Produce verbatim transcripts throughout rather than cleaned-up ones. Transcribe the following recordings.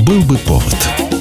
Был бы повод.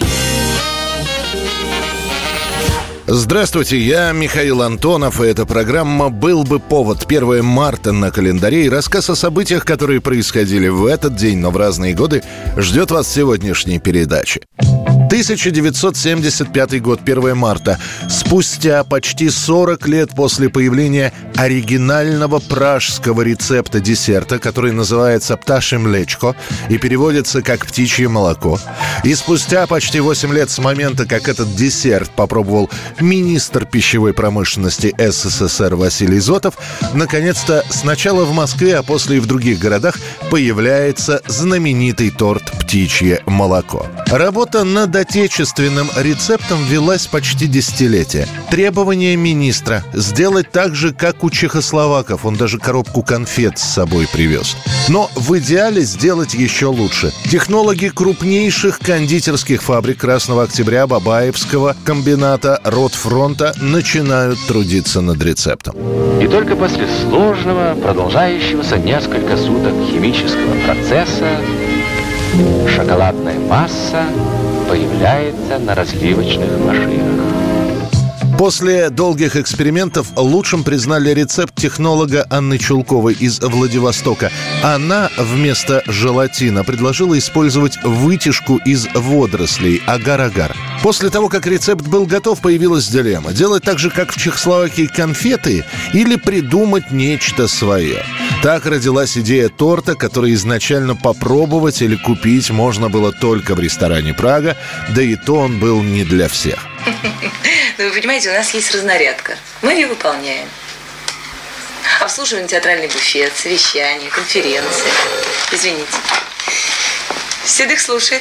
Здравствуйте, я Михаил Антонов, и эта программа «Был бы повод». первое марта на календаре, и рассказ о событиях, которые происходили в этот день, но в разные годы, ждет вас в сегодняшней передаче. тысяча девятьсот семьдесят пятый год, первое марта. Спустя почти сорок лет после появления оригинального пражского рецепта десерта, который называется «пташе млечко» и переводится как «птичье молоко», и спустя почти восемь лет с момента, как этот десерт попробовал министр пищевой промышленности СССР Василий Зотов, наконец-то сначала в Москве, а после и в других городах появляется знаменитый торт «птичье молоко». Работа над отечественным рецептом велась почти десятилетие. Требование министра – сделать так же, как у чехословаков. Он даже коробку конфет с собой привез. Но в идеале сделать еще лучше. Технологи крупнейших кондитерских фабрик Красного Октября, Бабаевского комбината, Ротфронта начинают трудиться над рецептом. И только после сложного, продолжающегося несколько суток химического процесса шоколадная масса появляется на разливочных машинах. После долгих экспериментов лучшим признали рецепт технолога Анны Чулковой из Владивостока. Она вместо желатина предложила использовать вытяжку из водорослей агар-агар. После того, как рецепт был готов, появилась дилемма: делать так же, как в Чехословакии, конфеты, или придумать нечто свое. Так родилась идея торта, который изначально попробовать или купить можно было только в ресторане «Прага», да и то он был не для всех. Ну, вы понимаете, у нас есть разнарядка. Мы ее выполняем. Обслуживаем театральный буфет, совещания, конференции. Извините. Седых слушает.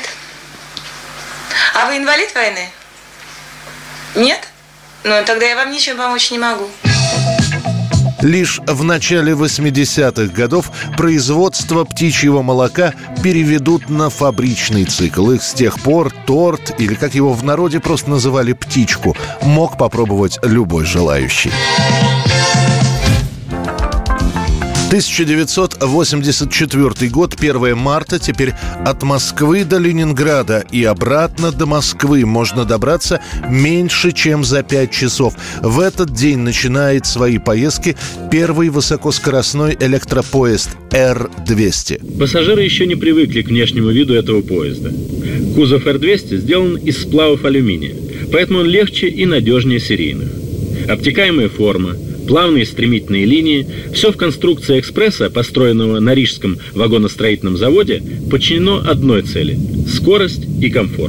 А вы инвалид войны? Нет? Ну, тогда я вам ничем помочь не могу. Лишь в начале восьмидесятых годов производство птичьего молока переведут на фабричный цикл. И с тех пор торт, или как его в народе просто называли «птичку», мог попробовать любой желающий. тысяча девятьсот восемьдесят четвёртый год, первое марта. Теперь от Москвы до Ленинграда и обратно до Москвы можно добраться меньше, чем за пять часов. В этот день начинает свои поездки первый высокоскоростной электропоезд Эр двести. Пассажиры еще не привыкли к внешнему виду этого поезда. Кузов Эр двести сделан из сплавов алюминия, поэтому он легче и надежнее серийных. Обтекаемая форма, плавные стремительные линии – все в конструкции экспресса, построенного на Рижском вагоностроительном заводе, подчинено одной цели – скорость и комфорт.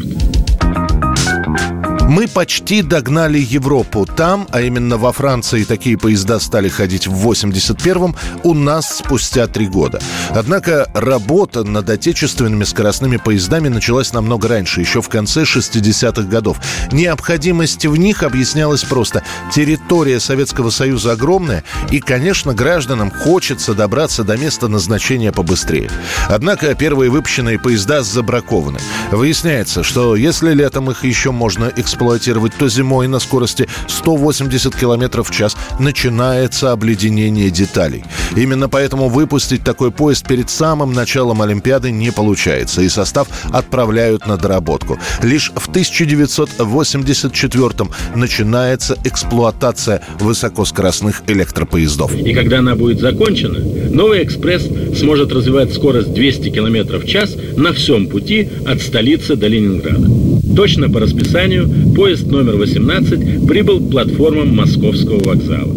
Мы почти догнали Европу. Там, а именно во Франции, такие поезда стали ходить в восемьдесят первом, у нас спустя три года. Однако работа над отечественными скоростными поездами началась намного раньше, еще в конце шестидесятых годов. Необходимость в них объяснялась просто. Территория Советского Союза огромная, и, конечно, гражданам хочется добраться до места назначения побыстрее. Однако первые выпущенные поезда забракованы. Выясняется, что если летом их еще можно эксплуатировать, эксплуатировать, то зимой на скорости сто восемьдесят километров в час начинается обледенение деталей. Именно поэтому выпустить такой поезд перед самым началом Олимпиады не получается, и состав отправляют на доработку. Лишь в тысяча девятьсот восемьдесят четвёртом начинается эксплуатация высокоскоростных электропоездов. И когда она будет закончена, новый экспресс сможет развивать скорость двести километров в час на всем пути от столицы до Ленинграда. Точно по расписанию поезд номер восемнадцать прибыл к платформам Московского вокзала.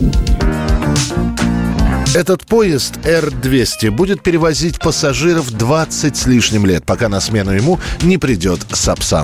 Этот поезд Эр двести будет перевозить пассажиров двадцать с лишним лет, пока на смену ему не придет Сапсан.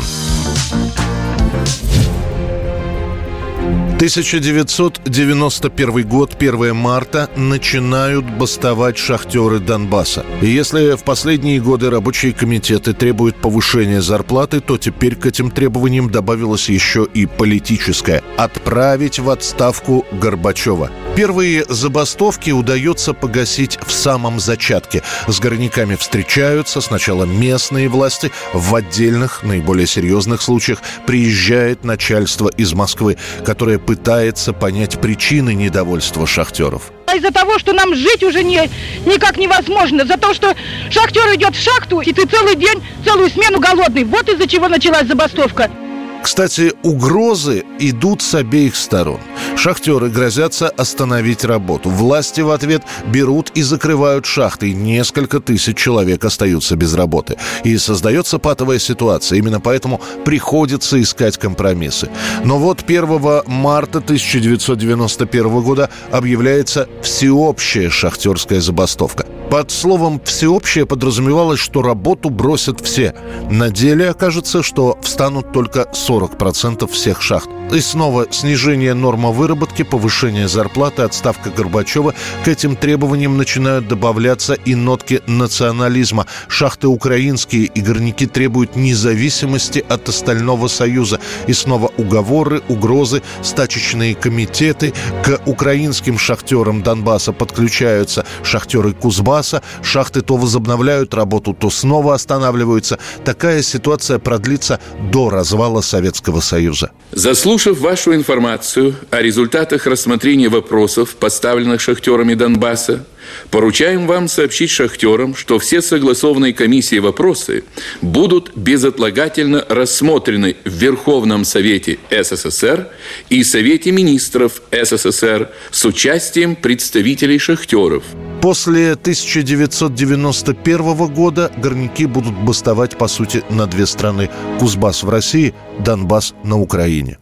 тысяча девятьсот девяносто первый год, первое марта, начинают бастовать шахтеры Донбасса. И если в последние годы рабочие комитеты требуют повышения зарплаты, то теперь к этим требованиям добавилось еще и политическое – отправить в отставку Горбачева. Первые забастовки удается погасить в самом зачатке. С горняками встречаются сначала местные власти, в отдельных, наиболее серьезных случаях приезжает начальство из Москвы, которое пытается понять причины недовольства шахтеров. а из-за того, что нам жить уже не, никак невозможно. За то, что шахтер идет в шахту, и ты целый день, целую смену голодный. Вот из-за чего началась забастовка. Кстати, угрозы идут с обеих сторон. Шахтеры грозятся остановить работу. Власти в ответ берут и закрывают шахты. Несколько тысяч человек остаются без работы. И создается патовая ситуация. Именно поэтому приходится искать компромиссы. Но вот первого марта тысяча девятьсот девяносто первого года объявляется всеобщая шахтерская забастовка. Под словом «всеобщее» подразумевалось, что работу бросят все. На деле окажется, что встанут только сорок процентов всех шахт. И снова снижение нормы выработки, повышение зарплаты, отставка Горбачева. К этим требованиям начинают добавляться и нотки национализма. Шахты украинские и горняки требуют независимости от остального Союза. И снова уговоры, угрозы, стачечные комитеты. К украинским шахтерам Донбасса подключаются шахтеры Кузбасса. Шахты то возобновляют работу, то снова останавливаются. Такая ситуация продлится до развала Советского Союза. Заслушав вашу информацию о результатах рассмотрения вопросов, поставленных шахтерами Донбасса, поручаем вам сообщить шахтерам, что все согласованные комиссией вопросы будут безотлагательно рассмотрены в Верховном Совете СССР и Совете Министров СССР с участием представителей шахтеров. После тысяча девятьсот девяносто первого года горняки будут бастовать, по сути, на две страны. Кузбасс в России, Донбасс на Украине.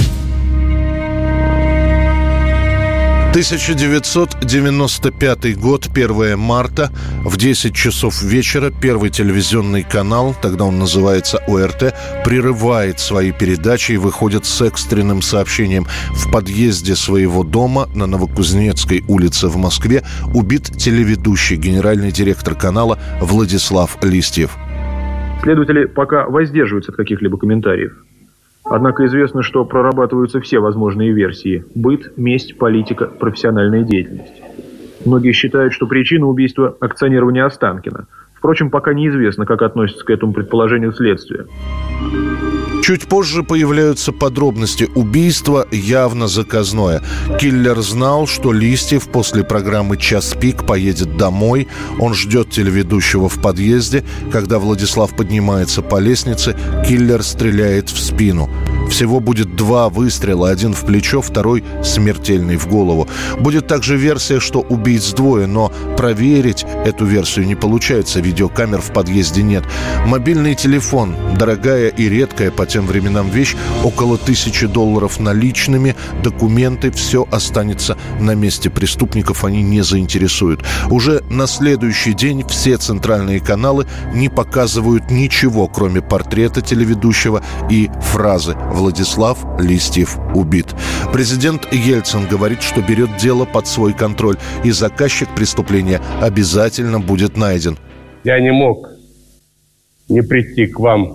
тысяча девятьсот девяносто пятый год, первого марта, в десять часов вечера первый телевизионный канал, тогда он называется ОРТ, прерывает свои передачи и выходит с экстренным сообщением. В подъезде своего дома на Новокузнецкой улице в Москве убит телеведущий, генеральный директор канала Владислав Листьев. Следователи пока воздерживаются от каких-либо комментариев. Однако известно, что прорабатываются все возможные версии: быт, месть, политика, профессиональная деятельность. Многие считают, что причина убийства – акционирование Останкина. Впрочем, пока неизвестно, как относится к этому предположению следствия. Чуть позже появляются подробности. Убийства явно заказное. Киллер знал, что Листьев после программы «Час пик» поедет домой. Он ждет телеведущего в подъезде. Когда Владислав поднимается по лестнице, киллер стреляет в спину. Всего будет два выстрела. Один в плечо, второй смертельный в голову. Будет также версия, что убийц двое, но проверить эту версию не получается. Видеокамер в подъезде нет. Мобильный телефон, дорогая и редкая по тем временам вещь, около тысячи долларов наличными, документы, все останется на месте преступников, они не заинтересуют. Уже на следующий день все центральные каналы не показывают ничего, кроме портрета телеведущего и фразы «Владислав Листьев убит». Президент Ельцин говорит, что берет дело под свой контроль, и заказчик преступления обязательно будет найден. Я не мог не прийти к вам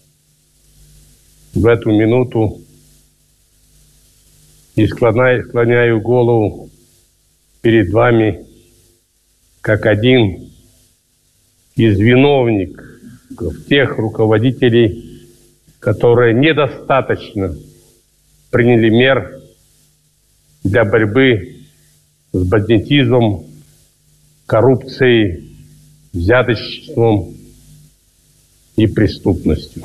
в эту минуту и склоняю, склоняю голову перед вами как один из виновников, тех руководителей, которые недостаточно приняли мер для борьбы с бандитизмом, коррупцией, взяточеством и преступностью.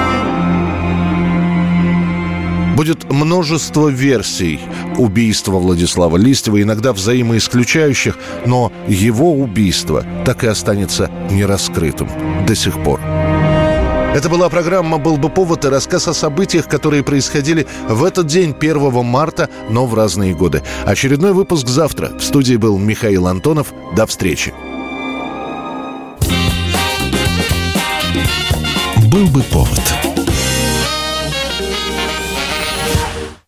Будет множество версий убийства Владислава Листьева, иногда взаимоисключающих, но его убийство так и останется нераскрытым до сих пор. Это была программа «Был бы повод» и рассказ о событиях, которые происходили в этот день, первого марта, но в разные годы. Очередной выпуск завтра. В студии был Михаил Антонов. До встречи. «Был бы повод».